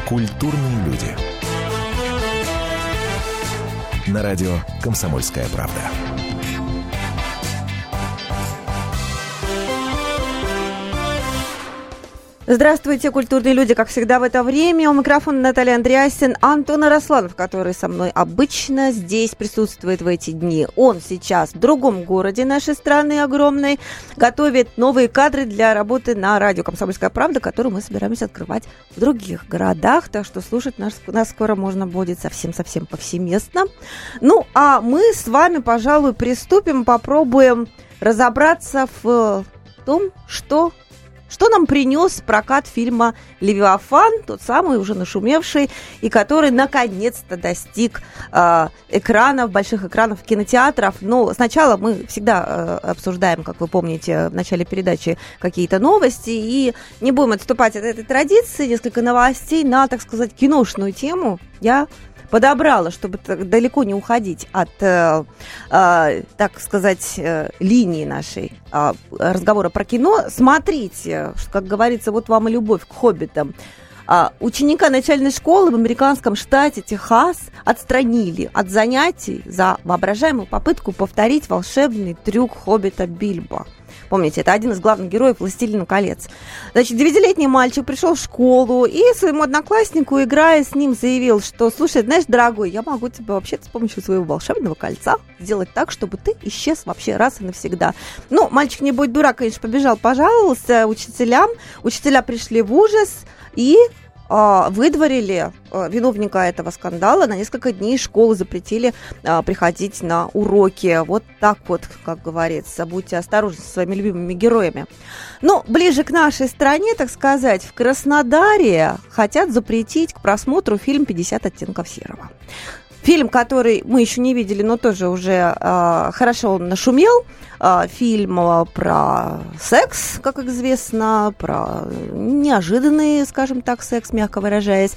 Культурные люди. На радио «Комсомольская правда». Здравствуйте, культурные люди, как всегда в это время. У микрофона Наталья Андреасин, Антон Арасланов, который со мной обычно здесь присутствует в эти дни. Он сейчас в другом городе нашей страны огромной, готовит новые кадры для работы на радио «Комсомольская правда», которую мы собираемся открывать в других городах, так что слушать нас скоро можно будет совсем-совсем повсеместно. Ну, а мы с вами, пожалуй, приступим, попробуем разобраться в том, что нам принес прокат фильма «Левиафан», тот самый, уже нашумевший, и который наконец-то достиг экранов, больших экранов кинотеатров. Но сначала мы всегда обсуждаем, как вы помните, в начале передачи какие-то новости, и не будем отступать от этой традиции. Несколько новостей на, так сказать, киношную тему я подобрала, чтобы далеко не уходить от, так сказать, линии нашей разговора про кино. Смотрите, как говорится, вот вам и любовь к хоббитам. Ученика начальной школы в американском штате Техас отстранили от занятий за воображаемую попытку повторить волшебный трюк хоббита Бильбо. Помните, это один из главных героев «Властелина колец». Значит, 9-летний мальчик пришел в школу и своему однокласснику, играя с ним, заявил, что, слушай, знаешь, дорогой, я могу тебе вообще-то с помощью своего волшебного кольца сделать так, чтобы ты исчез вообще раз и навсегда. Ну, мальчик, не будь дурак, конечно, побежал, пожаловался учителям. Учителя пришли в ужас и выдворили виновника этого скандала. На несколько дней школы запретили приходить на уроки. Вот так вот, как говорится, будьте осторожны со своими любимыми героями. Но ближе к нашей стране, так сказать, в Краснодаре хотят запретить к просмотру фильм «50 оттенков серого». Фильм, который мы еще не видели, но тоже уже хорошо он нашумел. Фильм про секс, как известно, про неожиданный, скажем так, секс, мягко выражаясь.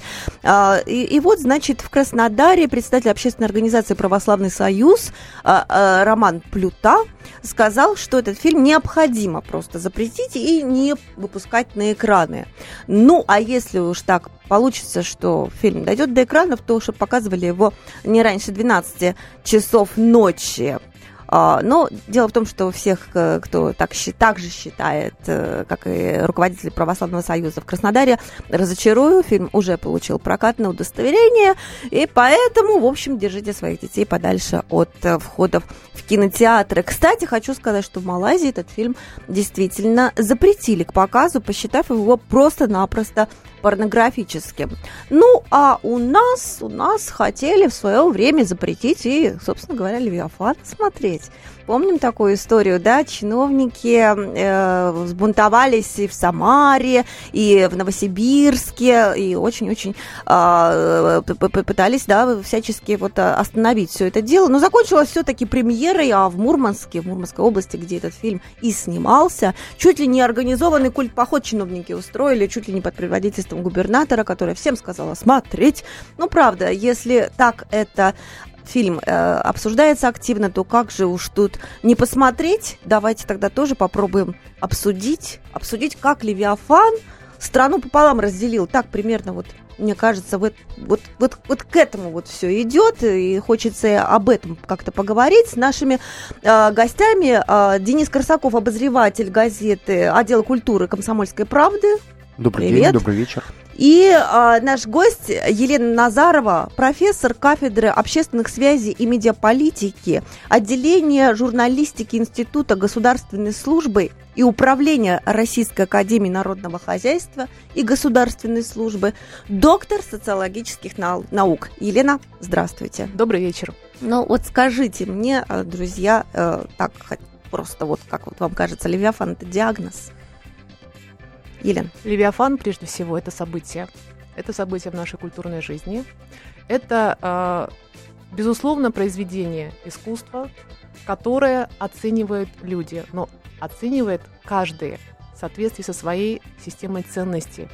И вот, значит, в Краснодаре председатель общественной организации «Православный союз» Роман Плюта сказал, что этот фильм необходимо просто запретить и не выпускать на экраны. Ну, а если уж так получится, что фильм дойдет до экранов, то чтобы показывали его не раньше 12 часов ночи. Но дело в том, что всех, кто так же считает, как и руководители Православного союза в Краснодаре, разочарую. Фильм уже получил прокатное удостоверение, и поэтому, в общем, держите своих детей подальше от входов в кинотеатры. Кстати, хочу сказать, что в Малайзии этот фильм действительно запретили к показу, посчитав его просто-напросто порнографическим. Ну, а у нас хотели в свое время запретить и, собственно говоря, «Левиафан» смотреть. Помним такую историю, да? Чиновники взбунтовались и в Самаре, и в Новосибирске, и очень-очень пытались, да, всячески вот остановить все это дело. Но закончилось все-таки премьерой, а в Мурманской области, где этот фильм и снимался, чуть ли не организованный культ-поход чиновники устроили, чуть ли не под предводительством губернатора, которая всем сказала смотреть. Ну, правда, если так это фильм обсуждается активно, то как же уж тут не посмотреть? Давайте тогда тоже попробуем обсудить, как «Левиафан» страну пополам разделил. Так примерно вот, мне кажется, вот к этому вот все идет, и хочется об этом как-то поговорить с нашими гостями. Денис Корсаков, обозреватель газеты отдела культуры «Комсомольской правды». Добрый Привет. день, добрый вечер. И наш гость Елена Назарова, профессор кафедры общественных связей и медиаполитики, отделения журналистики Института государственной службы и управления Российской академии народного хозяйства и государственной службы, доктор социологических наук. Елена, здравствуйте. Добрый вечер. Ну вот скажите мне, друзья, так просто вот как вот вам кажется, «Левиафан» — это диагноз? Елена. «Левиафан», прежде всего, это событие. Это событие в нашей культурной жизни. Это, безусловно, произведение искусства, которое оценивают люди, но оценивает каждый в соответствии со своей системой ценностей.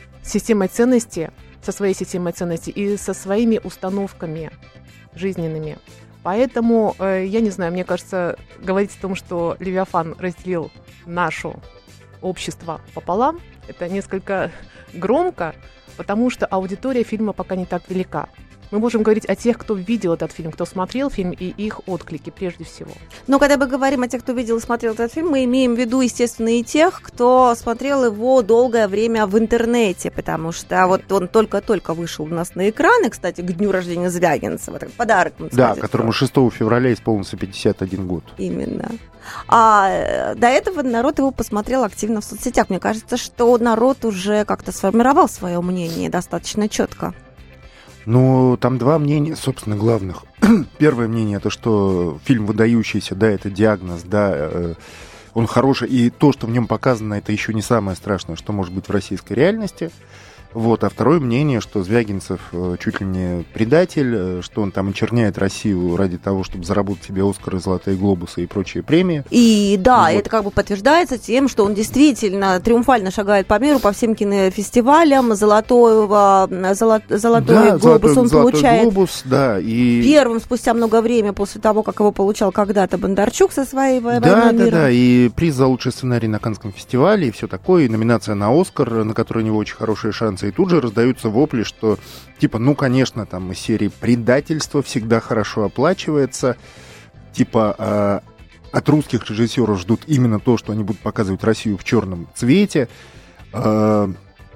Со своей системой ценностей и со своими установками жизненными. Поэтому, я не знаю, мне кажется, говорить о том, что «Левиафан» разделил наше общество пополам, это несколько громко, потому что аудитория фильма пока не так велика. Мы можем говорить о тех, кто видел этот фильм, кто смотрел фильм, и их отклики прежде всего. Но когда мы говорим о тех, кто видел и смотрел этот фильм, мы имеем в виду, естественно, и тех, кто смотрел его долгое время в интернете, потому что вот он только-только вышел у нас на экраны, кстати, к дню рождения Звягинцева, так, подарок. Да, которому 6 февраля исполнился 51 год. Именно. А до этого народ его посмотрел активно в соцсетях. Мне кажется, что народ уже как-то сформировал свое мнение достаточно четко. Ну, там два мнения, собственно, главных. Первое мнение, это что фильм выдающийся, да, это диагноз, да, он хороший, и то, что в нем показано, это еще не самое страшное, что может быть в российской реальности. Вот. А второе мнение, что Звягинцев чуть ли не предатель, что он там очерняет Россию ради того, чтобы заработать себе Оскары, Золотые глобусы и прочие премии. И да, вот. Это как бы подтверждается тем, что он действительно триумфально шагает по миру, по всем кинофестивалям. Золотой глобус он получает. Глобус, да, и... Первым спустя много времени после того, как его получал когда-то Бондарчук со своей «Войной мира». Да, и приз за лучший сценарий на Каннском фестивале, и все такое, и номинация на Оскар, на которой у него очень хорошие шансы. И тут же раздаются вопли, что, типа, ну, конечно, там из серии «Предательство» всегда хорошо оплачивается. Типа, от русских режиссеров ждут именно то, что они будут показывать Россию в черном цвете. Что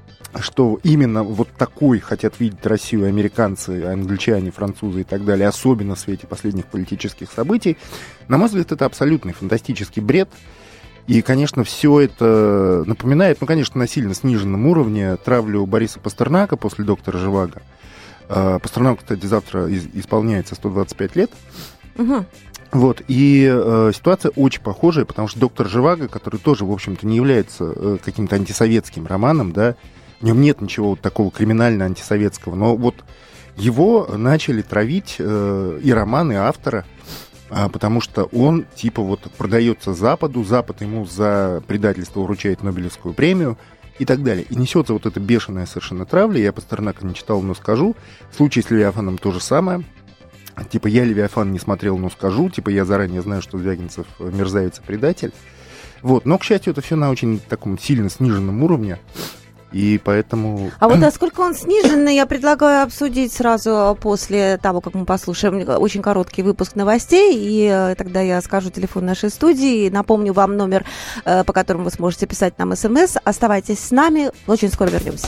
именно вот такой хотят видеть Россию американцы, англичане, французы и так далее, особенно в свете последних политических событий. На мой взгляд, это абсолютный фантастический бред. И, конечно, все это напоминает, ну, конечно, на сильно сниженном уровне травлю Бориса Пастернака после «Доктора Живаго». Пастернаку, кстати, завтра исполняется 125 лет. Угу. Вот, и ситуация очень похожая, потому что «Доктор Живаго», который тоже, в общем-то, не является каким-то антисоветским романом, да, в нем нет ничего вот такого криминально-антисоветского, но вот его начали травить и роман, и автора, потому что он, типа, вот продается Западу, Запад ему за предательство вручает Нобелевскую премию и так далее. И несется вот эта бешеная совершенно травля. Я Пастернака не читал, но скажу. В случае с Левиафаном то же самое. Типа, я Левиафан не смотрел, но скажу. Типа, я заранее знаю, что Звягинцев мерзавец и предатель. Вот. Но, к счастью, это все на очень таком сильно сниженном уровне. И поэтому... А вот насколько он сниженный, я предлагаю обсудить сразу после того, как мы послушаем очень короткий выпуск новостей, и тогда я скажу телефон нашей студии, напомню вам номер, по которому вы сможете писать нам СМС. Оставайтесь с нами, очень скоро вернемся.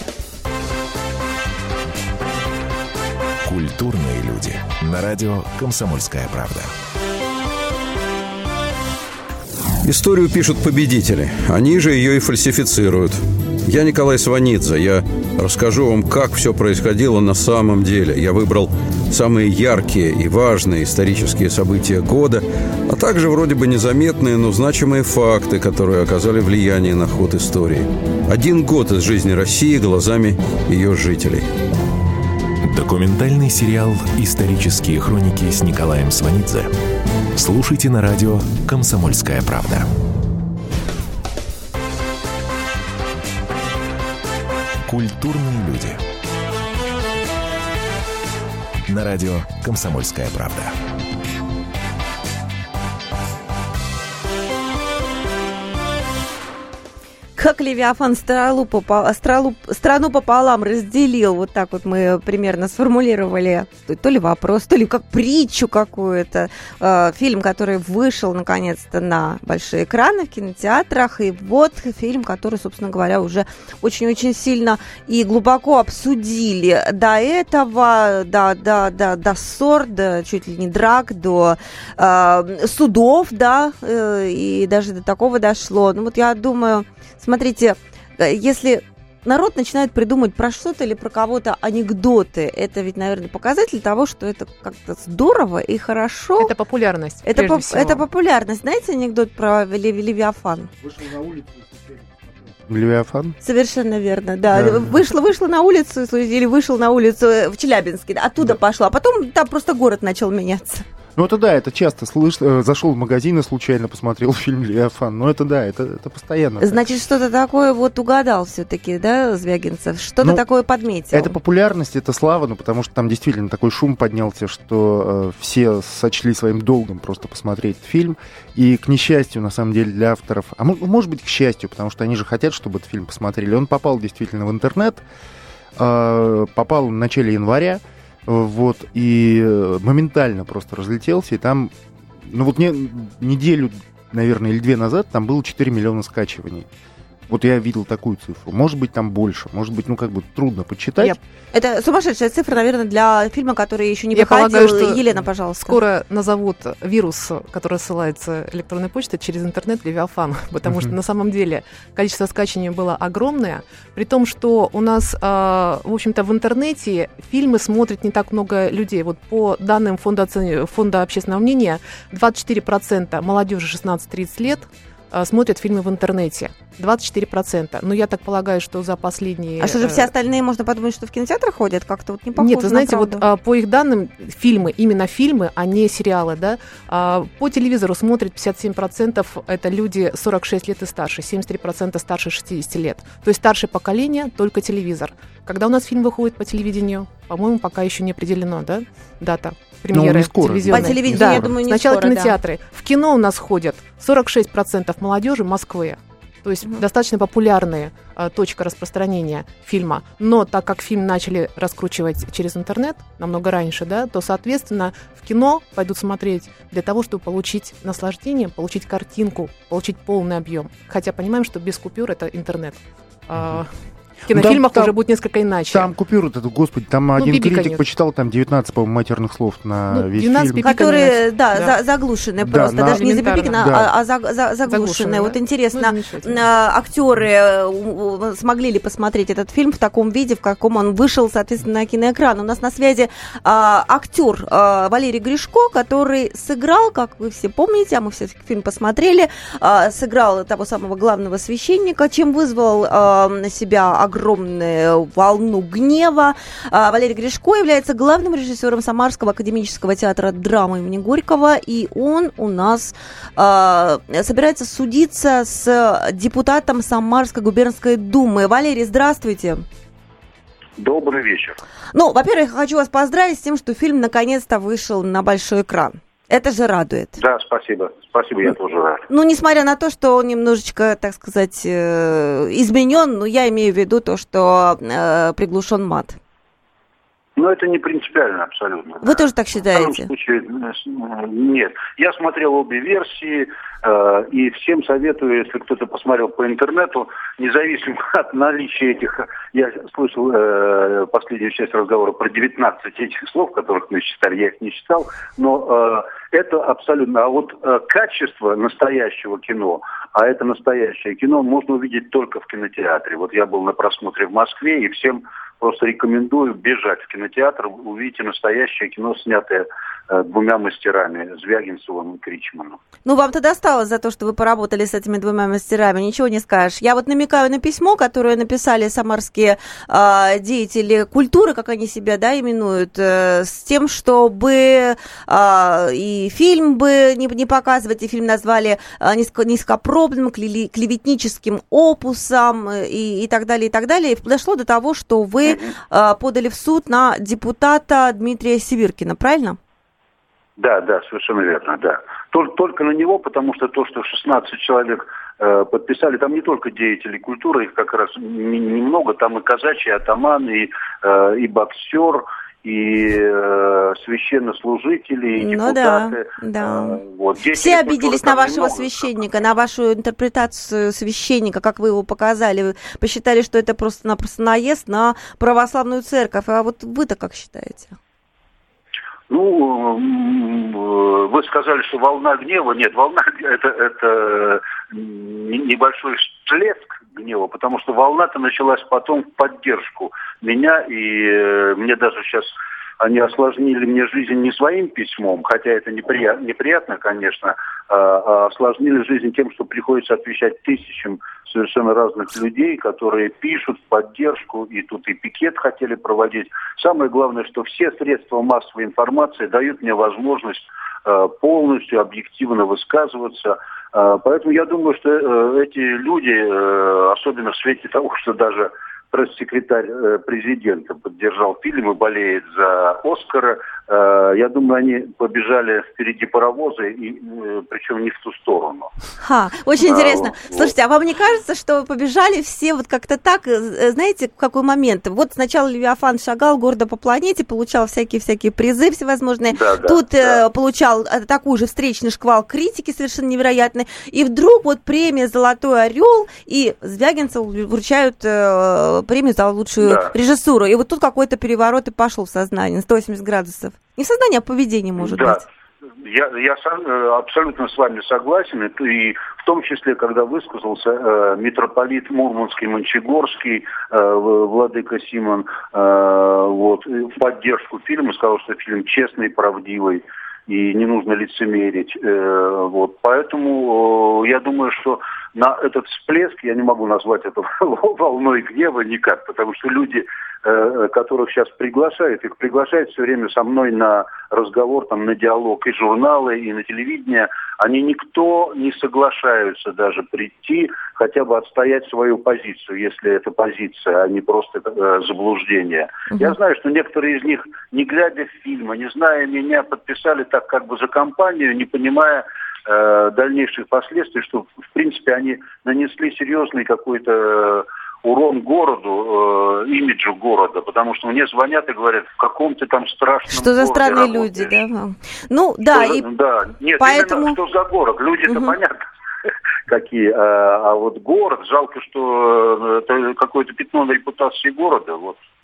Культурные люди. На радио «Комсомольская правда». Историю пишут победители. Они же ее и фальсифицируют. Я Николай Сванидзе. Я расскажу вам, как все происходило на самом деле. Я выбрал самые яркие и важные исторические события года, а также вроде бы незаметные, но значимые факты, которые оказали влияние на ход истории. 1 год из жизни России глазами ее жителей. Документальный сериал «Исторические хроники» с Николаем Сванидзе. Слушайте на радио «Комсомольская правда». Культурные люди. На радио «Комсомольская правда». Как Левиафан страну пополам разделил, вот так вот мы примерно сформулировали, то ли вопрос, то ли как притчу какую-то. Фильм, который вышел наконец-то на большие экраны в кинотеатрах, и вот фильм, который, собственно говоря, уже очень-очень сильно и глубоко обсудили. До этого, до ссор, до чуть ли не драк, до судов, да, и даже до такого дошло. Ну вот я думаю... Смотрите, если народ начинает придумать про что-то или про кого-то анекдоты, это ведь, наверное, показатель того, что это как-то здорово и хорошо. Это популярность, это популярность. Знаете анекдот про Левиафан? Вышел на улицу. Левиафан? Совершенно верно, да. Вышла на улицу, или вышел на улицу в Челябинске, оттуда пошла, а потом там просто город начал меняться. Ну, это да, это часто слышно. Зашел в магазин и случайно посмотрел фильм «Левиафан». Ну, это да, это постоянно. Значит, что-то такое вот угадал все-таки, да, Звягинцев? Что-то такое подметил. Это популярность, это слава, ну, потому что там действительно такой шум поднялся, что все сочли своим долгом просто посмотреть фильм. И, к несчастью, на самом деле, для авторов, а может быть, к счастью, потому что они же хотят, чтобы этот фильм посмотрели, он попал действительно в интернет. Попал в начале января, вот, и моментально просто разлетелся, и там, ну вот неделю, наверное, или 2 назад там было 4 миллиона скачиваний. Вот я видел такую цифру. Может быть, там больше. Может быть, трудно подсчитать. Это сумасшедшая цифра, наверное, для фильма, который еще не выходил. Полагаю, что Елена, пожалуйста. Скоро назовут вирус, который ссылается электронной почтой через интернет, Левиафан. Потому что на самом деле количество скачиваний было огромное. При том, что у нас, в общем-то, в интернете фильмы смотрит не так много людей. Вот по данным Фонда общественного мнения, 24% молодежи 16-30 лет смотрят фильмы в интернете. 24%. Но я так полагаю, что за последние... А что же все остальные, можно подумать, что в кинотеатр ходят? Как-то вот не похоже. Нет, вы знаете, вот по их данным, именно фильмы, а не сериалы, да, по телевизору смотрят 57%, это люди 46 лет и старше, 73% старше 60 лет. То есть старшее поколение, только телевизор. Когда у нас фильм выходит по телевидению, по-моему, пока еще не определено, да, дата премьеры телевизионной. По телевидению, да. я думаю, не Сначала скоро, кинотеатры. Да. В кино у нас ходят 46% молодежи Москвы. То есть достаточно популярная точка распространения фильма. Но так как фильм начали раскручивать через интернет намного раньше, да, то, соответственно, в кино пойдут смотреть для того, чтобы получить наслаждение, получить картинку, получить полный объем. Хотя понимаем, что без купюр это интернет. В кинофильмах там уже будет несколько иначе. Там купюры-то, господи, там один критик почитал там 19, по-моему, матерных слов на весь фильм. Которые, заглушены просто, да, даже не запипиканы, а заглушены. Вот интересно, актеры смогли ли посмотреть этот фильм в таком виде, в каком он вышел, соответственно, на киноэкран? У нас на связи актер Валерий Гришко, который сыграл, как вы все помните, а мы все фильм посмотрели, сыграл того самого главного священника, чем вызвал на себя огромную волну гнева. Валерий Гришко является главным режиссером Самарского академического театра драмы имени Горького, и он у нас собирается судиться с депутатом Самарской губернской думы. Валерий, здравствуйте. Добрый вечер. Ну, во-первых, я хочу вас поздравить с тем, что фильм наконец-то вышел на большой экран. Это же радует. Да, спасибо. Спасибо, я тоже рад. Ну, несмотря на то, что он немножечко, так сказать, изменен, но я имею в виду то, что приглушен мат. Ну, это не принципиально абсолютно. Вы тоже так считаете? В данном случае, нет. Я смотрел обе версии, и всем советую, если кто-то посмотрел по интернету, независимо от наличия этих... Я слышал последнюю часть разговора про 19 этих слов, которых мы читали, я их не читал, но это абсолютно... А вот качество настоящего кино, а это настоящее кино, можно увидеть только в кинотеатре. Вот я был на просмотре в Москве, и всем просто рекомендую бежать в кинотеатр, увидите настоящее кино, снятое двумя мастерами, Звягинцевым и Кричманом. Ну, вам-то досталось за то, что вы поработали с этими двумя мастерами, ничего не скажешь. Я вот намекаю на письмо, которое написали самарские деятели культуры, как они себя, да, именуют, с тем, чтобы и фильм бы не показывать, и фильм назвали низкопробным, клеветническим опусом и так далее, и так далее. И дошло до того, что вы подали в суд на депутата Дмитрия Сивиркина, правильно? Да, совершенно верно, да. Только на него, потому что то, что 16 человек подписали, там не только деятели культуры, их как раз немного, там и казачий атаман, и боксер, и священнослужители, и депутаты. Да. Вот. Все обиделись на вашего священника, на вашу интерпретацию священника, как вы его показали. Вы посчитали, что это просто-напросто наезд на православную церковь. А вот вы-то как считаете? Ну, вы сказали, что волна гнева. Нет, волна это небольшой всплеск гнева, потому что волна-то началась потом в поддержку меня, и мне даже сейчас они осложнили мне жизнь не своим письмом, хотя это неприятно, конечно, а осложнили жизнь тем, что приходится отвечать тысячам совершенно разных людей, которые пишут в поддержку, и тут и пикет хотели проводить. Самое главное, что все средства массовой информации дают мне возможность полностью объективно высказываться. Поэтому я думаю, что эти люди, особенно в свете того, что даже пресс-секретарь президента поддержал фильм и болеет за Оскара, Я думаю, они побежали впереди паровоза, причем не в ту сторону. Очень интересно. Слушайте, а вам не кажется, что побежали все вот как-то так, знаете, в какой момент? Вот сначала Левиафан шагал гордо по планете, получал всякие призы всевозможные. Тут получал такой же встречный шквал критики совершенно невероятный. И вдруг вот премия «Золотой орел», и Звягинцеву вручают премию за лучшую режиссуру. И вот тут какой-то переворот и пошел в сознании на 180 градусов. Не в сознании, а в поведении, может быть. Я абсолютно с вами согласен, и в том числе, когда высказался митрополит Мурманский, Мончегорский, владыка Симон, в поддержку фильма, сказал, что фильм честный, правдивый, и не нужно лицемерить. Поэтому я думаю, что на этот всплеск, я не могу назвать это волной гнева никак, потому что люди, которых сейчас приглашают, их приглашают все время со мной на разговор, там, на диалог, и журналы, и на телевидение, никто не соглашаются даже прийти, хотя бы отстоять свою позицию, если это позиция, а не просто заблуждение. Я знаю, что некоторые из них, не глядя в фильм, не зная меня, подписали так как бы за компанию, не понимая дальнейших последствий, что, в принципе, они нанесли серьезный какой-то урон городу, имиджу города, потому что мне звонят и говорят, в каком ты там страшном городе. Что за странные люди, да? Нет, поэтому... именно что за город. Люди-то понятно какие, а вот город, жалко, что это какое-то пятно на репутации города,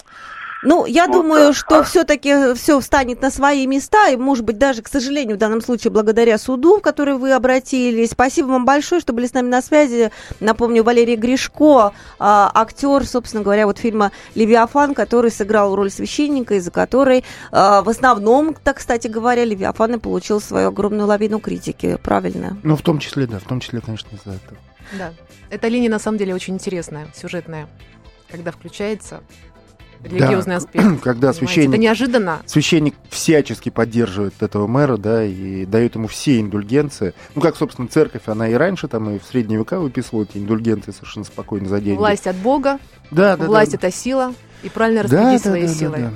Я думаю, что все-таки все встанет на свои места, и, может быть, даже, к сожалению, в данном случае, благодаря суду, в который вы обратились. Спасибо вам большое, что были с нами на связи. Напомню, Валерий Гришко, актер, собственно говоря, фильма «Левиафан», который сыграл роль священника, из-за которой, в основном, так, кстати говоря, «Левиафан» и получил свою огромную лавину критики. Правильно? В том числе, конечно, из-за этого. Да. Эта линия, на самом деле, очень интересная, сюжетная, когда включается... религиозный аспект. Когда это неожиданно. Священник всячески поддерживает этого мэра, и дает ему все индульгенции. Как, собственно, церковь, она и раньше, и в средние века выписывала эти индульгенции совершенно спокойно за деньги. Власть от Бога, власть это сила, и правильно распределить свои силы.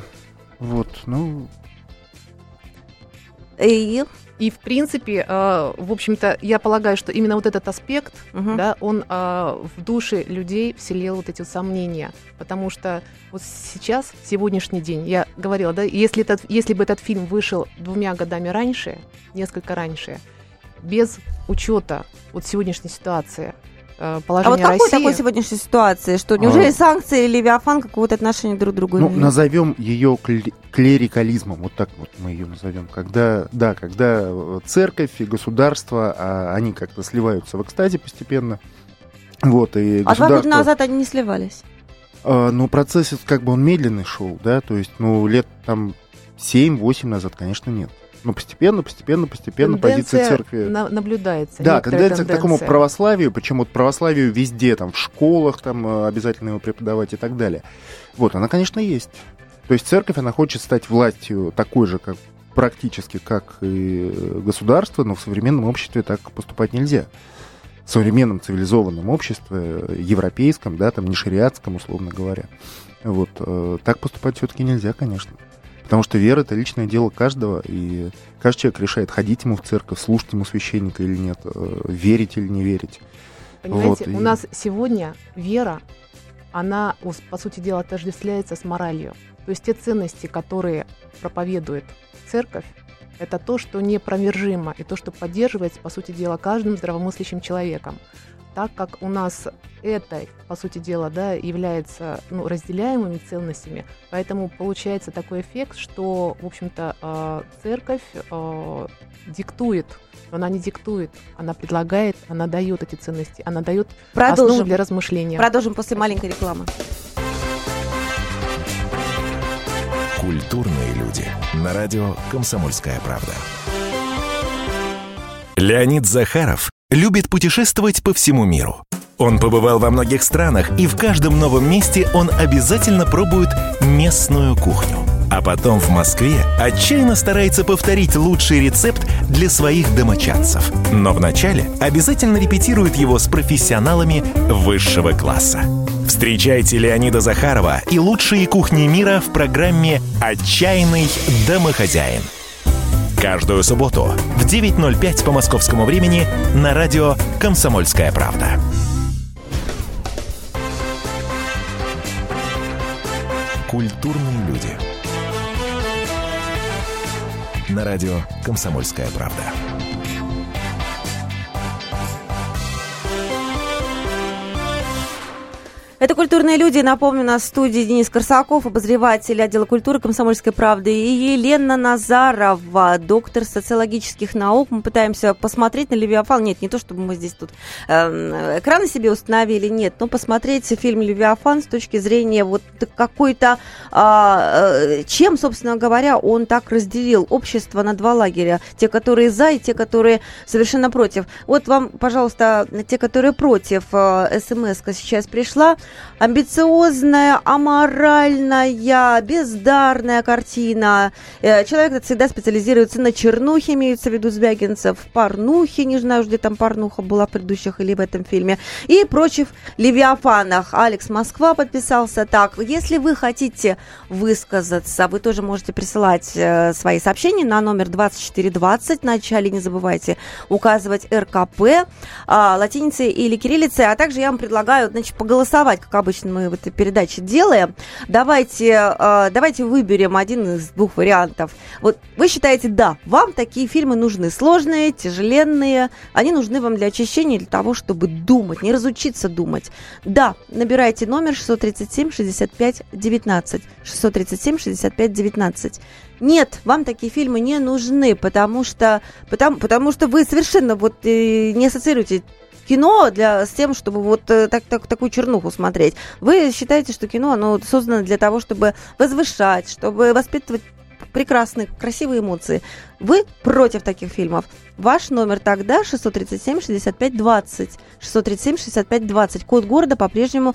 И, в принципе, в общем-то, я полагаю, что именно вот этот аспект, он в души людей вселил эти сомнения. Потому что сейчас, в сегодняшний день, я говорила, если бы этот фильм вышел 2 годами раньше, несколько раньше, без учета сегодняшней ситуации, положения России... такой сегодняшней ситуации? Что неужели санкции и Левиафан какого-то отношения друг к другу имеют? Назовем ее клерикализмом, вот так мы ее назовем. Когда церковь и государство, они как-то сливаются в экстазе постепенно. И государство... 2 года назад они не сливались? Процесс он медленный шел, то есть, лет 7-8 назад, конечно, нет. Постепенно позиция церкви... наблюдается. Тенденция к такому православию, причем православию везде, в школах обязательно его преподавать и так далее. Она, конечно, есть. То есть церковь, она хочет стать властью такой же, практически, как и государство, но в современном обществе так поступать нельзя. В современном цивилизованном обществе, европейском, не шариатском, условно говоря. Так поступать все-таки нельзя, конечно. Потому что вера – это личное дело каждого, и каждый человек решает, ходить ему в церковь, слушать ему священника или нет, верить или не верить. Понимаете, у нас сегодня вера, она, по сути дела, отождествляется с моралью. То есть те ценности, которые проповедует церковь, это то, что непровержимо, и то, что поддерживается, по сути дела, каждым здравомыслящим человеком. Так как у нас это, по сути дела, является разделяемыми ценностями, поэтому получается такой эффект, что, в общем-то, церковь диктует, но она не диктует, она предлагает, она дает эти ценности, она дает основу для размышления. Продолжим после маленькой рекламы. Культурные люди. На радио «Комсомольская правда». Леонид Захаров любит путешествовать по всему миру. Он побывал во многих странах, и в каждом новом месте он обязательно пробует местную кухню. А потом в Москве отчаянно старается повторить лучший рецепт для своих домочадцев. Но вначале обязательно репетирует его с профессионалами высшего класса. Встречайте Леонида Захарова и лучшие кухни мира в программе «Отчаянный домохозяин». Каждую субботу в 9:05 по московскому времени на радио «Комсомольская правда». Культурные люди. На радио «Комсомольская правда». Это «Культурные люди». Напомню, на студии Денис Корсаков, обозреватель отдела культуры «Комсомольской правды», и Елена Назарова, доктор социологических наук. Мы пытаемся посмотреть на «Левиафан». Нет, не то, чтобы мы здесь тут экраны себе установили, нет, но посмотреть фильм «Левиафан» с точки зрения вот какой-то... чем, собственно говоря, он так разделил общество на два лагеря. Те, которые за, и те, которые совершенно против. Вот вам, пожалуйста, те, которые против, смс-ка сейчас пришла. Амбициозная, аморальная, бездарная картина. Человек этот всегда специализируется на чернухе, имеются в виду Звягинцев, порнухе, не знаю, где там порнуха была в предыдущих или в этом фильме, и прочих левиафанах. Алекс Москва подписался так. Если вы хотите высказаться, вы тоже можете присылать свои сообщения на номер 2420. Вначале не забывайте указывать РКП, латиницей или кириллицей, а также я вам предлагаю, значит, поголосовать, как обычно мы в этой передаче делаем. Давайте выберем один из двух вариантов. Вот вы считаете, да, вам такие фильмы нужны, сложные, тяжеленные, они нужны вам для очищения, для того, чтобы думать, не разучиться думать. Да, набирайте номер 637-65-19. 637-65-19. Нет, вам такие фильмы не нужны, потому что вы совершенно вот не ассоциируете кино с тем, чтобы вот такую чернуху смотреть. Вы считаете, что кино, оно создано для того, чтобы возвышать, чтобы воспитывать прекрасные, красивые эмоции. Вы против таких фильмов. Ваш номер тогда 637-65-20. 637-65-20. Код города по-прежнему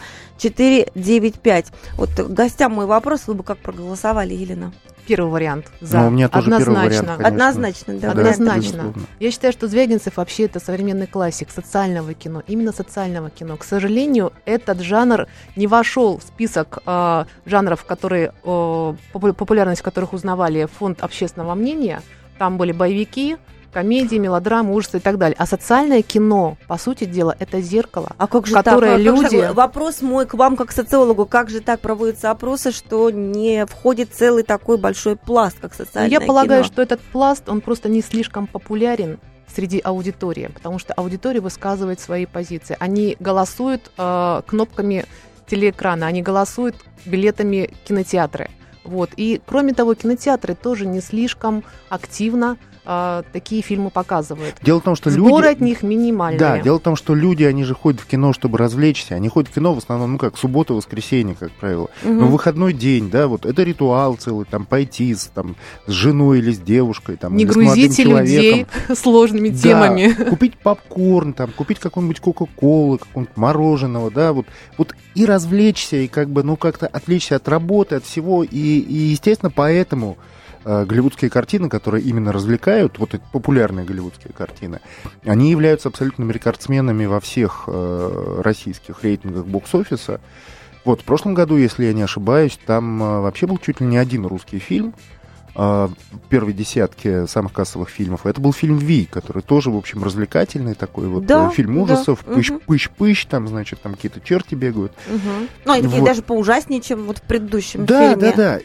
495. Вот гостям мой вопрос, вы бы как проголосовали, Елена? Первый вариант за. Ну, у меня тоже однозначно. Первый вариант, конечно. Однозначно, да. Однозначно. Я считаю, что Звягинцев вообще это современный классик социального кино, именно социального кино. К сожалению, этот жанр не вошел в список жанров, которые, популярность которых узнавали фонд общественного мнения. Там были боевики, комедии, мелодрамы, ужасы и так далее. А социальное кино, по сути дела, это зеркало, а как же которое так? люди... Вопрос мой к вам, как социологу. Как же так проводятся опросы, что не входит целый такой большой пласт, как социальное кино? Я полагаю, что этот пласт, он просто не слишком популярен среди аудитории, потому что аудитория высказывает свои позиции. Они голосуют кнопками телеэкрана, они голосуют билетами кинотеатры. Вот. И, кроме того, кинотеатры тоже не слишком активно такие фильмы показывают. Дело в том, что сборы от них минимальные. Да, дело в том, что люди, они же ходят в кино, чтобы развлечься. Они ходят в кино в основном, как суббота, воскресенье, как правило. Но выходной день, да, вот это ритуал целый, там, пойти с женой или с девушкой, там, не или с молодым грузите людей сложными темами. Купить попкорн, там, купить какую-нибудь кока-колу, какого-нибудь мороженого, да, вот и развлечься, и как-то отвлечься от работы, от всего, и естественно, поэтому голливудские картины, которые именно развлекают, вот эти популярные голливудские картины, они являются абсолютными рекордсменами во всех российских рейтингах бокс-офиса. Вот в прошлом году, если я не ошибаюсь, там вообще был чуть ли не один русский фильм в первой десятке самых кассовых фильмов. Это был фильм «Вий», который тоже, в общем, развлекательный такой вот фильм ужасов, пыщ-пыщ, там, значит, там какие-то черти бегают. Ну, и даже поужаснее, чем вот в предыдущем фильме. Да.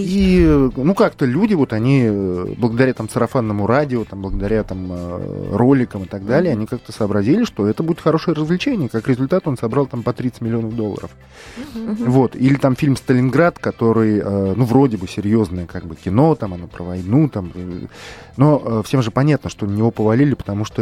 И как-то люди, вот они, благодаря там сарафанному радио, там, благодаря там роликам и так далее, они как-то сообразили, что это будет хорошее развлечение. Как результат, он собрал там по $30 миллионов. Вот. Или там фильм «Сталинград», который, вроде бы серьезное как бы кино, там оно про войну, там, но всем же понятно, что на него повалили, потому что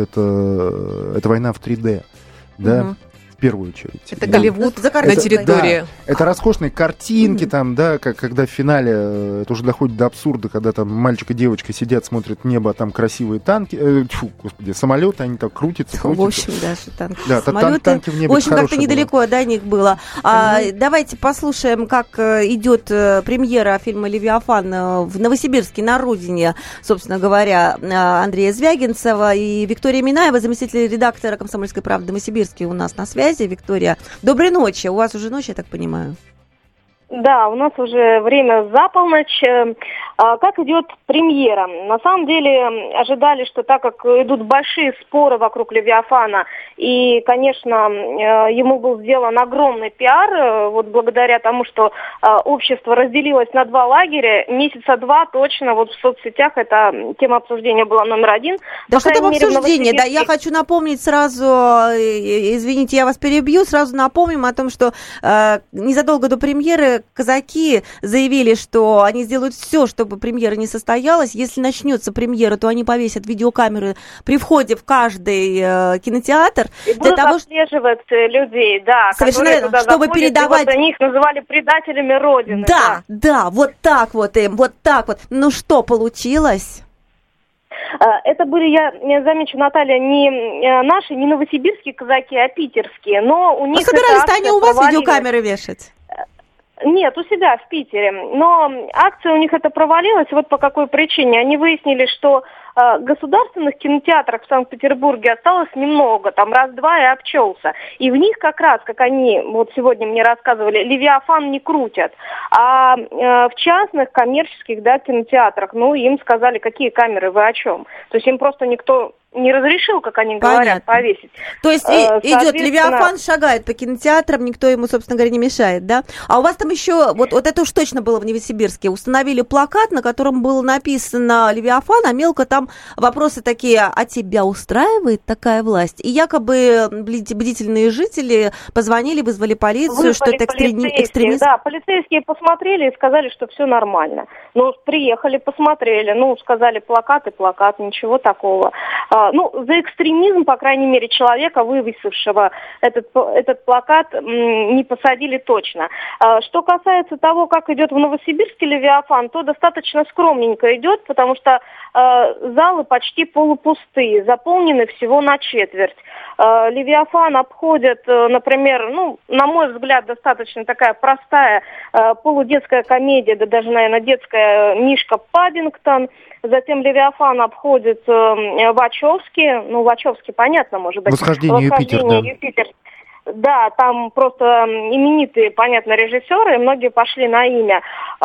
это война в 3D, да, в первую очередь. Это Голливуд на территории. Да, это роскошные картинки, там, да, когда в финале это уже доходит до абсурда, когда там мальчик и девочка сидят, смотрят в небо, а там красивые танки, самолеты, они так крутятся. В общем, даже танки, да, самолеты. Танки в небе. В общем, как-то недалеко до них было. Давайте послушаем, как идет премьера фильма «Левиафан» в Новосибирске, на родине, собственно говоря, Андрея Звягинцева, и Виктория Минаева, заместитель редактора «Комсомольской правды» в Новосибирске, у нас на связи. связи. Виктория, доброй ночи. У вас уже ночь, я так понимаю? Да, у нас уже время за полночь. Как идет премьера? На самом деле ожидали, что так как идут большие споры вокруг «Левиафана», и, конечно, ему был сделан огромный пиар, вот благодаря тому, что общество разделилось на два лагеря, месяца два точно вот в соцсетях эта тема обсуждения была номер один. Да что там обсуждение? Да, я хочу напомнить сразу, извините, я вас перебью, сразу напомним о том, что незадолго до премьеры казаки заявили, что они сделают все, чтобы премьера не состоялась. Если начнется премьера, то они повесят видеокамеры при входе в каждый кинотеатр. И будут отслеживать людей, да, совершенно верно, чтобы заходят, передавать... Вот они их называли предателями Родины. Да, вот так вот им, вот так вот. Ну что, получилось? Это были, я замечу, Наталья, не наши, не новосибирские казаки, а питерские. Но у них собирались-то они у вас видеокамеры вешать? Нет, у себя в Питере. Но акция у них это провалилась. Вот по какой причине. Они выяснили, что государственных кинотеатрах в Санкт-Петербурге осталось немного, там раз-два и обчелся. И в них как раз, как они вот сегодня мне рассказывали, «Левиафан» не крутят. А в частных коммерческих, да, кинотеатрах, ну, им сказали, какие камеры, вы о чем? То есть им просто никто не разрешил, как они говорят, повесить. То есть идет «Левиафан», шагает по кинотеатрам, никто ему, собственно говоря, не мешает, да? А у вас там еще, вот это уж точно было в Новосибирске, установили плакат, на котором было написано «Левиафан», а мелко там вопросы такие: а тебя устраивает такая власть? И якобы бдительные жители позвонили, вызвали полицию, что это экстремизм. Да, полицейские посмотрели и сказали, что все нормально. Ну, приехали, посмотрели, ну, сказали плакат, ничего такого. Ну, за экстремизм, по крайней мере, человека, вывесившего этот плакат, не посадили точно. Что касается того, как идет в Новосибирске «Левиафан», то достаточно скромненько идет, потому что залы почти полупустые, заполнены всего на четверть. «Левиафан» обходит, например, ну, на мой взгляд, достаточно такая простая полудетская комедия, да даже, наверное, детская «Мишка Паддингтон». Затем «Левиафан» обходит Вачовский. Ну, Вачовский, понятно, может быть. «Восхождение Юпитер». Да, там просто именитые, понятно, режиссеры, многие пошли на имя.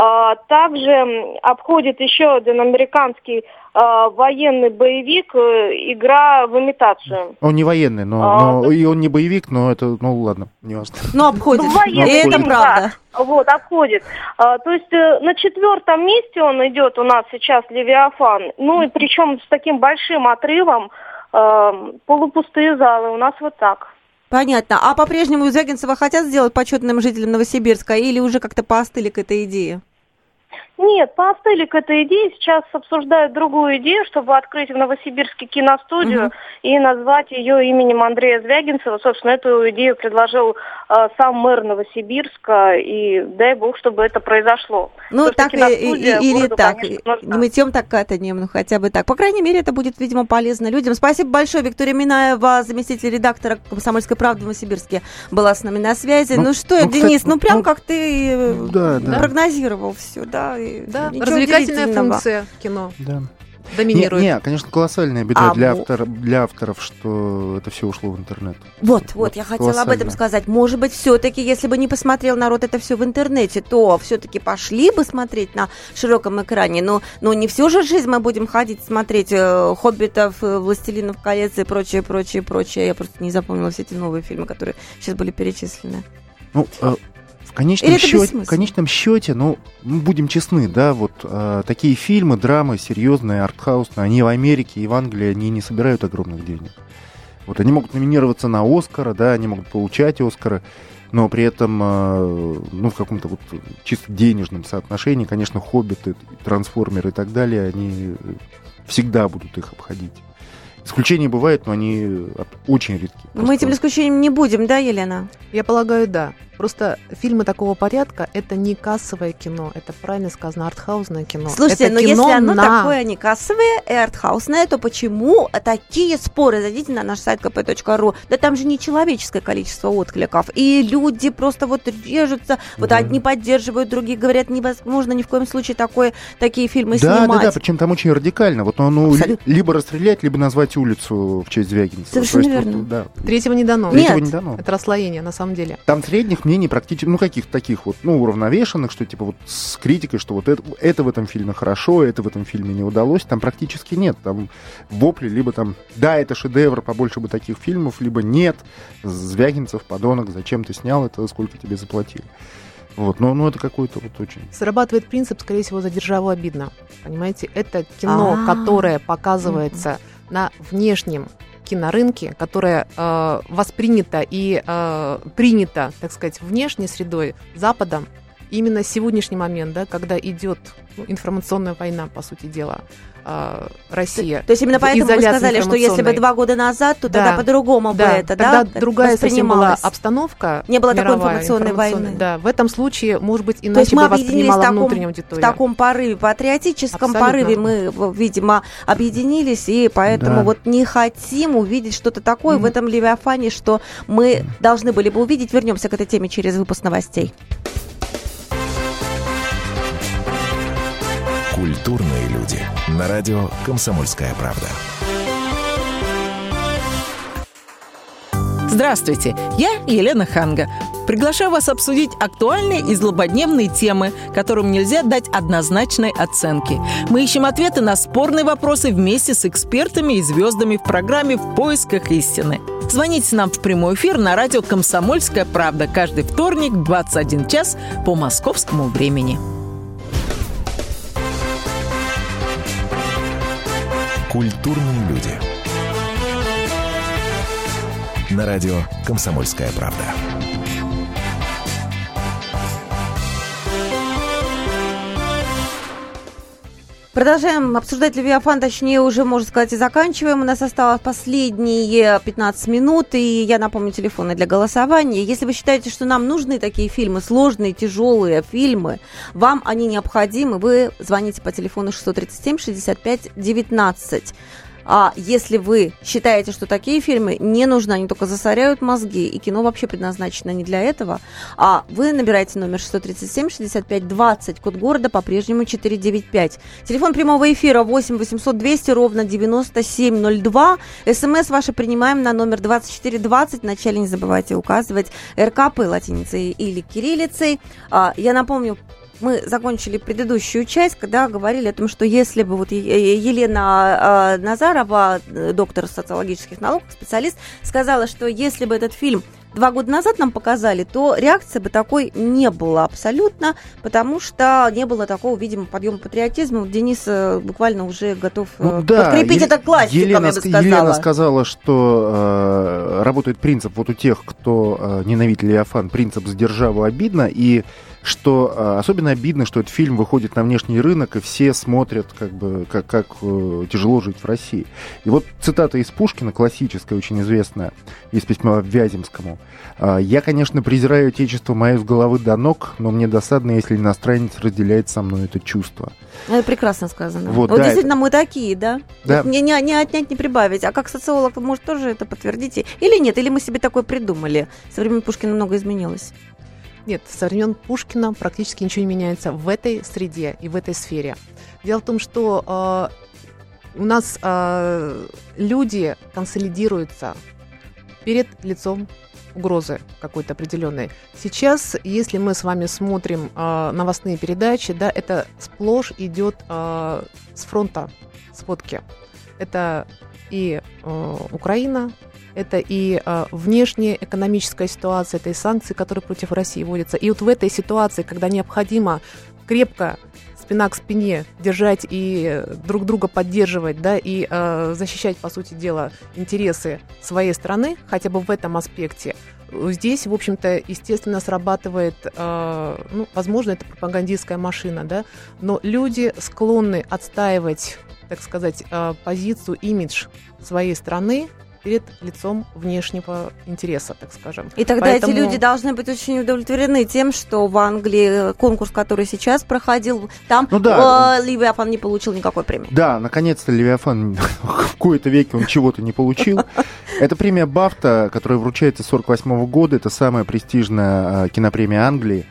Также обходит еще один американский военный боевик «Игра в имитацию». Он не военный, но и он не боевик, но это, ну ладно, не важно. Но обходит, военный, и это правда. Да, вот, обходит. То есть на 4-м месте он идет у нас сейчас «Левиафан», ну и причем с таким большим отрывом, полупустые залы, у нас вот так. Понятно. А по-прежнему Звягинцева хотят сделать почетным жителем Новосибирска или уже как-то поостыли к этой идее? Нет, поостыли к этой идее. Сейчас обсуждают другую идею, чтобы открыть в Новосибирске киностудию и назвать ее именем Андрея Звягинцева. Собственно, эту идею предложил сам мэр Новосибирска, и дай бог, чтобы это произошло. Ну, так или так. Не мытьем, так катаньем, ну хотя бы так. По крайней мере, это будет, видимо, полезно людям. Спасибо большое. Виктория Минаева, заместитель редактора «Комсомольской правды» в Новосибирске, была с нами на связи. Ну что, Денис, кстати, прям как ты прогнозировал все, да? Да, развлекательная функция кино. Да. Доминирует. Не, конечно, колоссальная беда для авторов, что это все ушло в интернет. Вот, я хотела об этом сказать. Может быть, все-таки, если бы не посмотрел народ это все в интернете, то все-таки пошли бы смотреть на широком экране. Но не всю же жизнь мы будем ходить смотреть «Хоббитов», «Властелинов колец» и прочее. Я просто не запомнила все эти новые фильмы, которые сейчас были перечислены. Ну, в конечном счете, ну, будем честны, да, вот такие фильмы, драмы, серьезные, артхаусные, они в Америке и в Англии, они не собирают огромных денег. Вот они могут номинироваться на Оскара, да, они могут получать Оскары, но при этом, ну, в каком-то вот чисто денежном соотношении, конечно, «Хоббиты», «Трансформеры» и так далее, они всегда будут их обходить. Исключения бывают, но они очень редкие. Мы этим исключением не будем, да, Елена? Я полагаю, да. Просто фильмы такого порядка – это не кассовое кино, это, правильно сказано, артхаусное кино. Слушайте, это но если оно такое не кассовое и артхаусное, то почему такие споры? Зайдите на наш сайт kp.ru. Да там же нечеловеческое количество откликов. И люди просто вот режутся, вот одни поддерживают, другие говорят, невозможно ни в коем случае такие фильмы снимать. Да, причем там очень радикально. Вот либо расстрелять, либо назвать улицу в честь Звягинцева. Совершенно верно. Да. Третьего не дано. Третьего не дано. Это расслоение, на самом деле. Там средних мнений практически, ну, каких-то таких вот, ну, уравновешенных, что типа вот с критикой, что вот это в этом фильме хорошо, это в этом фильме не удалось, там практически нет. Там вопли, либо там, да, это шедевр, побольше бы таких фильмов, либо нет, Звягинцев, подонок, зачем ты снял это, сколько тебе заплатили. Вот, но это какой-то вот очень... Срабатывает принцип, скорее всего, за державу обидно. Понимаете, это кино, которое показывается на внешнем кинорынке, которое воспринято и принято, так сказать, внешней средой, Западом, именно сегодняшний момент, да, когда идет информационная война, по сути дела, Россия. То есть именно поэтому вы сказали, что если бы 2 года назад, то тогда по-другому бы это, да? Тогда другая совсем была обстановка. Не было такой информационной войны. Да, в этом случае, может быть, иначе бы воспринимала внутренняя аудитория. В таком порыве, патриотическом порыве мы, видимо, объединились, и поэтому вот не хотим увидеть что-то такое в этом Левиафане, что мы должны были бы увидеть. Вернемся к этой теме через выпуск новостей. Культурные люди. На радио «Комсомольская правда». Здравствуйте, я Елена Ханга. Приглашаю вас обсудить актуальные и злободневные темы, которым нельзя дать однозначной оценки. Мы ищем ответы на спорные вопросы вместе с экспертами и звездами в программе «В поисках истины». Звоните нам в прямой эфир на радио «Комсомольская правда» каждый вторник в 21 час по московскому времени. Культурные люди. На радио «Комсомольская правда». Продолжаем обсуждать Левиафан, точнее, уже, можно сказать, и заканчиваем. У нас осталось последние 15 минут, и я напомню телефоны для голосования. Если вы считаете, что нам нужны такие фильмы, сложные, тяжелые фильмы, вам они необходимы, вы звоните по телефону 637-65-19. А если вы считаете, что такие фильмы не нужны, они только засоряют мозги, и кино вообще предназначено не для этого, а вы набираете номер 637-65-20, код города по-прежнему 495. Телефон прямого эфира 8-800-200-97-02. СМС ваши принимаем на номер 2420. Вначале не забывайте указывать РКП латиницей или кириллицей. Я напомню, мы закончили предыдущую часть, когда говорили о том, что если бы вот Елена Назарова, доктор социологических наук, специалист, сказала, что если бы этот фильм 2 года назад нам показали, то реакции бы такой не было абсолютно, потому что не было такого, видимо, подъема патриотизма. Вот Денис буквально уже готов подкрепить это классиком, я бы сказала. Елена сказала, что работает принцип вот у тех, кто ненавидит Левиафан, принцип «за державу обидно», и что особенно обидно, что этот фильм выходит на внешний рынок, и все смотрят, как тяжело жить в России. И вот цитата из Пушкина, классическая, очень известная, из письма Вяземскому. «Я, конечно, презираю отечество мое с головы до ног, но мне досадно, если иностранец разделяет со мной это чувство». Это прекрасно сказано. Вот, да, действительно, мы такие, да? Да. Не отнять, не прибавить. А как социолог, вы, может, тоже это подтвердите? Или нет? Или мы себе такое придумали? Со времен Пушкина много изменилось. Нет, со времен Пушкина практически ничего не меняется в этой среде и в этой сфере. Дело в том, что у нас люди консолидируются перед лицом угрозы какой-то определенной. Сейчас, если мы с вами смотрим новостные передачи, да, это сплошь идет с фронта сводки. Это и Украина, это и внешняя экономическая ситуация, это и санкции, которые против России вводятся. И вот в этой ситуации, когда необходимо крепко спина к спине держать и друг друга поддерживать, да, и защищать, по сути дела, интересы своей страны, хотя бы в этом аспекте, здесь, в общем-то, естественно, срабатывает, возможно, это пропагандистская машина, да, но люди склонны отстаивать, так сказать, позицию, имидж своей страны перед лицом внешнего интереса, так скажем. И тогда эти люди должны быть очень удовлетворены тем, что в Англии конкурс, который сейчас проходил, там Левиафан не получил никакой премии. Да, наконец-то Левиафан в кои-то веке он чего-то не получил. Это премия Бафта, которая вручается с 1948 года. Это самая престижная кинопремия Англии.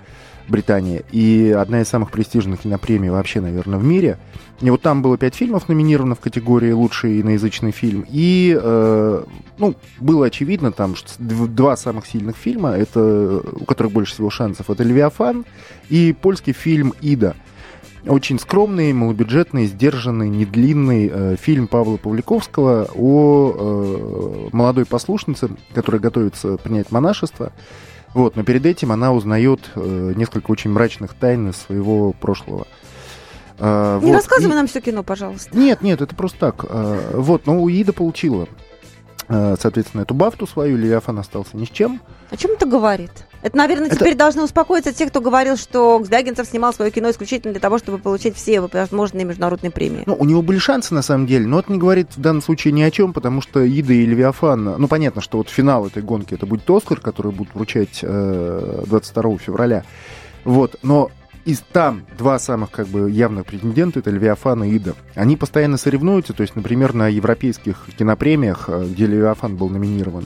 Британия, и одна из самых престижных кинопремий вообще, наверное, в мире. И вот там было 5 фильмов номинировано в категории «Лучший иноязычный фильм», и, было очевидно там, что 2 самых сильных фильма, это, у которых больше всего шансов, это «Левиафан» и польский фильм «Ида». Очень скромный, малобюджетный, сдержанный, недлинный фильм Павла Павликовского о молодой послушнице, которая готовится принять монашество. Вот, но перед этим она узнает несколько очень мрачных тайн из своего прошлого. Не рассказывай нам все кино, пожалуйста. Нет, это просто так. Но Ида получила, соответственно, эту бафту свою, Левиафан остался ни с чем. О чем это говорит? Это, наверное, теперь должны успокоиться те, кто говорил, что Звягинцев снимал свое кино исключительно для того, чтобы получить все возможные международные премии. У него были шансы, на самом деле, но это не говорит в данном случае ни о чем, потому что Ида и Левиафан... понятно, что вот финал этой гонки, это будет «Оскар», который будут вручать 22 февраля. Но из там 2 самых явных претендента, это Левиафан и Ида. Они постоянно соревнуются, то есть, например, на европейских кинопремиях, где Левиафан был номинирован,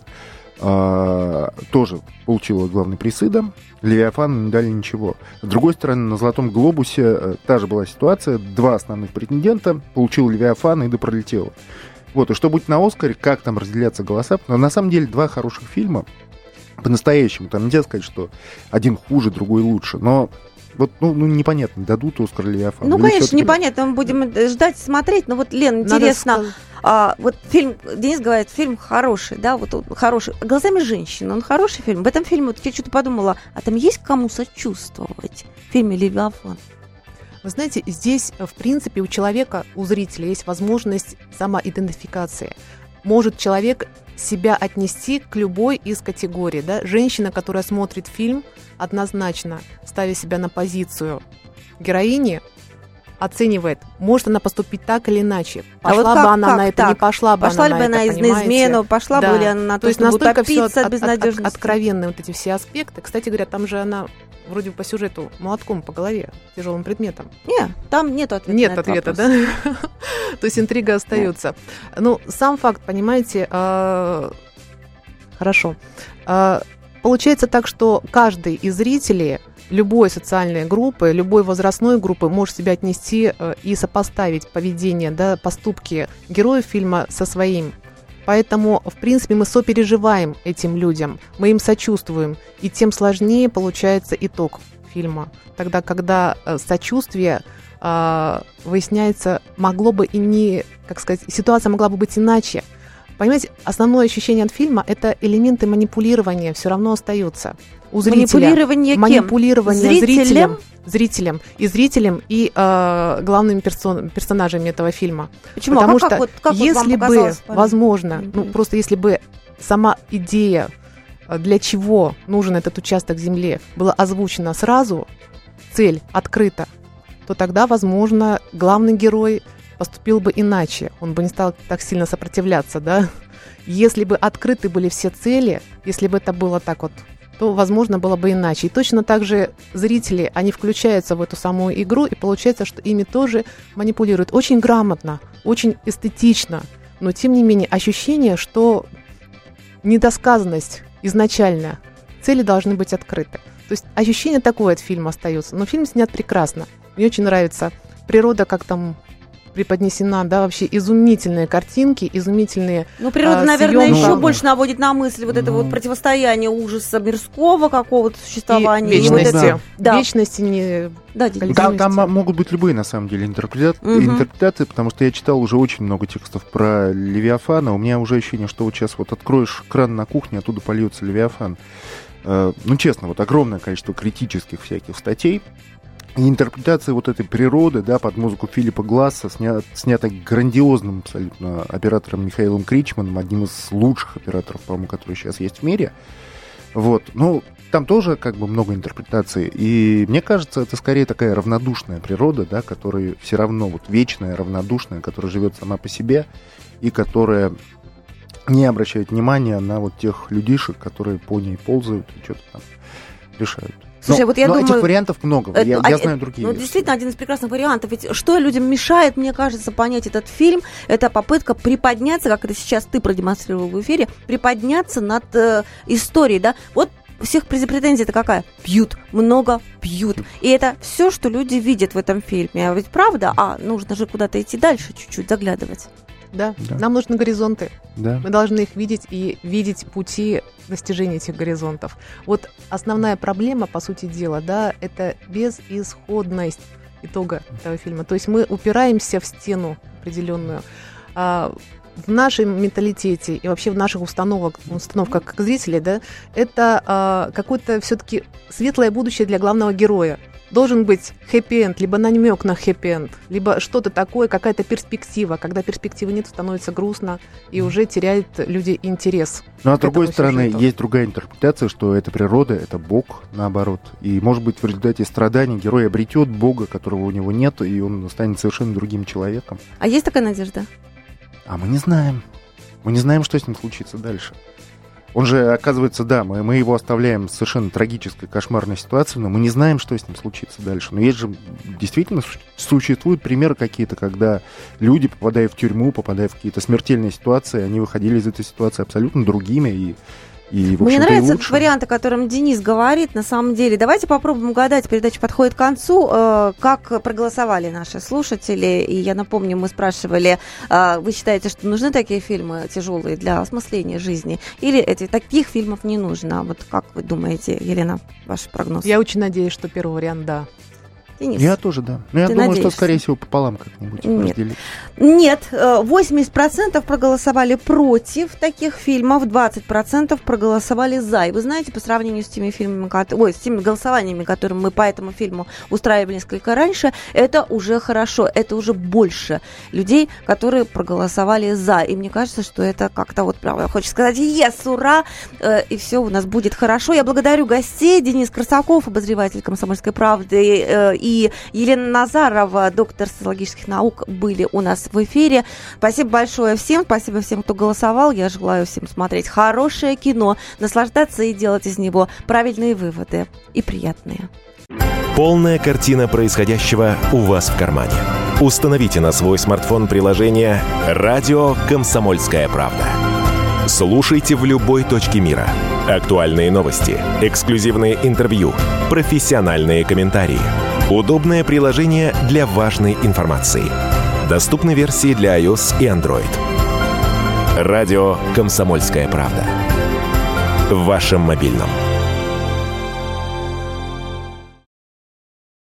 тоже получила главный приз Ида. Левиафану не дали ничего. С другой стороны, на «Золотом глобусе» та же была ситуация. 2 основных претендента получил Левиафан, Ида пролетела. И что будет на «Оскаре», как там разделяться голоса. Но на самом деле 2 хороших фильма. По-настоящему. Там нельзя сказать, что один хуже, другой лучше. Но непонятно, дадут «Оскар» Левиафану. Конечно, непонятно. Мы будем ждать, смотреть. Но Лен, интересно... фильм, Денис говорит, фильм хороший, да, он хороший. Глазами женщины, он хороший фильм. В этом фильме я что-то подумала, а там есть кому сочувствовать в фильме «Левиафан»? Вы знаете, здесь, в принципе, у человека, у зрителя есть возможность самоидентификации. Может человек себя отнести к любой из категорий, да? Женщина, которая смотрит фильм, однозначно, ставя себя на позицию героини, оценивает, может она поступить так или иначе. Пошла бы она на это, не пошла бы она на это, понимаете? Пошла бы она на измену, пошла бы ли она на то, чтобы утопиться от безнадежности. Откровенные вот эти все аспекты. Кстати говоря, там же она вроде бы по сюжету молотком по голове, тяжелым предметом. Нет, там нет ответа. Нет ответа, да? То есть интрига остается. Сам факт, понимаете, хорошо. Получается так, что каждый из зрителей любой социальной группы, любой возрастной группы может себя отнести и сопоставить поведение, да, поступки героев фильма со своим. Поэтому, в принципе, мы сопереживаем этим людям, мы им сочувствуем, и тем сложнее получается итог фильма. Тогда, когда сочувствие выясняется, могло бы и не, ситуация могла бы быть иначе. Понимаете, основное ощущение от фильма – это элементы манипулирования все равно остаются. У зрителя. Манипулирование зрителем и главными персонажами этого фильма. Почему? Потому что если бы, возможно, просто если бы сама идея, для чего нужен этот участок земли, была озвучена сразу, цель открыта, то тогда, возможно, главный герой поступил бы иначе, он бы не стал так сильно сопротивляться, да? Если бы открыты были все цели, если бы это было так вот, то, возможно, было бы иначе. И точно так же зрители, они включаются в эту самую игру, и получается, что ими тоже манипулируют. Очень грамотно, очень эстетично, но, тем не менее, ощущение, что недосказанность изначально, цели должны быть открыты. То есть ощущение такое от фильма остается. Но фильм снят прекрасно. Мне очень нравится природа, как там преподнесена, да, вообще изумительные картинки, изумительные природа, наверное, еще больше наводит на мысль вот это вот противостояние ужаса мирского какого-то существования. И вечности. Вечности. Там могут быть любые, на самом деле, интерпретации, потому что я читал уже очень много текстов про Левиафана. У меня уже ощущение, что вот сейчас вот откроешь кран на кухне, оттуда польется Левиафан. Честно, огромное количество критических всяких статей. И интерпретация вот этой природы, да, под музыку Филиппа Гласса, снята грандиозным абсолютно оператором Михаилом Кричманом, одним из лучших операторов, по-моему, которые сейчас есть в мире. Там тоже много интерпретаций. И мне кажется, это скорее такая равнодушная природа, да, которая все равно вечная, равнодушная, которая живет сама по себе и которая не обращает внимания на тех людишек, которые по ней ползают и что-то там решают. Слушай, я думаю, этих вариантов много. Я знаю другие. Действительно, один из прекрасных вариантов. Ведь что людям мешает, мне кажется, понять этот фильм, это попытка приподняться, как это сейчас ты продемонстрировал в эфире, приподняться над историей, да. всех претензия-то какая? Пьют, много пьют. И это все, что люди видят в этом фильме. А ведь правда? Нужно же куда-то идти дальше, чуть-чуть заглядывать. Да. Нам нужны горизонты. Да. Мы должны их видеть и видеть пути достижения этих горизонтов. Вот основная проблема, по сути дела, да, это безысходность итога этого фильма. То есть мы упираемся в стену определенную. В нашем менталитете и вообще в наших установках как зрителей, да, это какое-то все-таки светлое будущее для главного героя. Должен быть хэппи-энд, либо намек на хэппи-энд, либо что-то такое, какая-то перспектива. Когда перспективы нет, становится грустно, и уже теряют люди интерес. Ну, а с другой стороны, есть другая интерпретация, что это природа, это Бог, наоборот. И, может быть, в результате страданий герой обретет Бога, которого у него нет, и он станет совершенно другим человеком. А есть такая надежда? А мы не знаем. Мы не знаем, что с ним случится дальше. Он же, оказывается, да, мы его оставляем в совершенно трагической, кошмарной ситуации, но мы не знаем, что с ним случится дальше. Но есть же, действительно, существуют примеры какие-то, когда люди, попадая в тюрьму, попадая в какие-то смертельные ситуации, они выходили из этой ситуации абсолютно другими и в Мне нравится этот вариант, о котором Денис говорит, на самом деле. Давайте попробуем угадать, передача подходит к концу, как проголосовали наши слушатели. И я напомню, мы спрашивали, вы считаете, что нужны такие фильмы тяжелые для осмысления жизни? Или таких фильмов не нужно? Вот как вы думаете, Елена, ваш прогноз? Я очень надеюсь, что первый вариант – да. Денис? Я тоже, да. Но я думаю, что, скорее всего, пополам как-нибудь разделить. Нет, 80% проголосовали против таких фильмов, 20% проголосовали за. И вы знаете, по сравнению с теми фильмами, с теми голосованиями, которые мы по этому фильму устраивали несколько раньше, это уже хорошо, это уже больше людей, которые проголосовали за. И мне кажется, что это как-то вот, правда, хочется сказать, ес, ура, и все у нас будет хорошо. Я благодарю гостей. Денис Корсаков, обозреватель «Комсомольской правды», и Елена Назарова, доктор социологических наук, были у нас в эфире. Спасибо большое всем, спасибо всем, кто голосовал. Я желаю всем смотреть хорошее кино, наслаждаться и делать из него правильные выводы и приятные. Полная картина происходящего у вас в кармане. Установите на свой смартфон приложение «Радио Комсомольская правда». Слушайте в любой точке мира. Актуальные новости, эксклюзивные интервью, профессиональные комментарии. Удобное приложение для важной информации. Доступны версии для iOS и Android. Радио «Комсомольская правда». В вашем мобильном.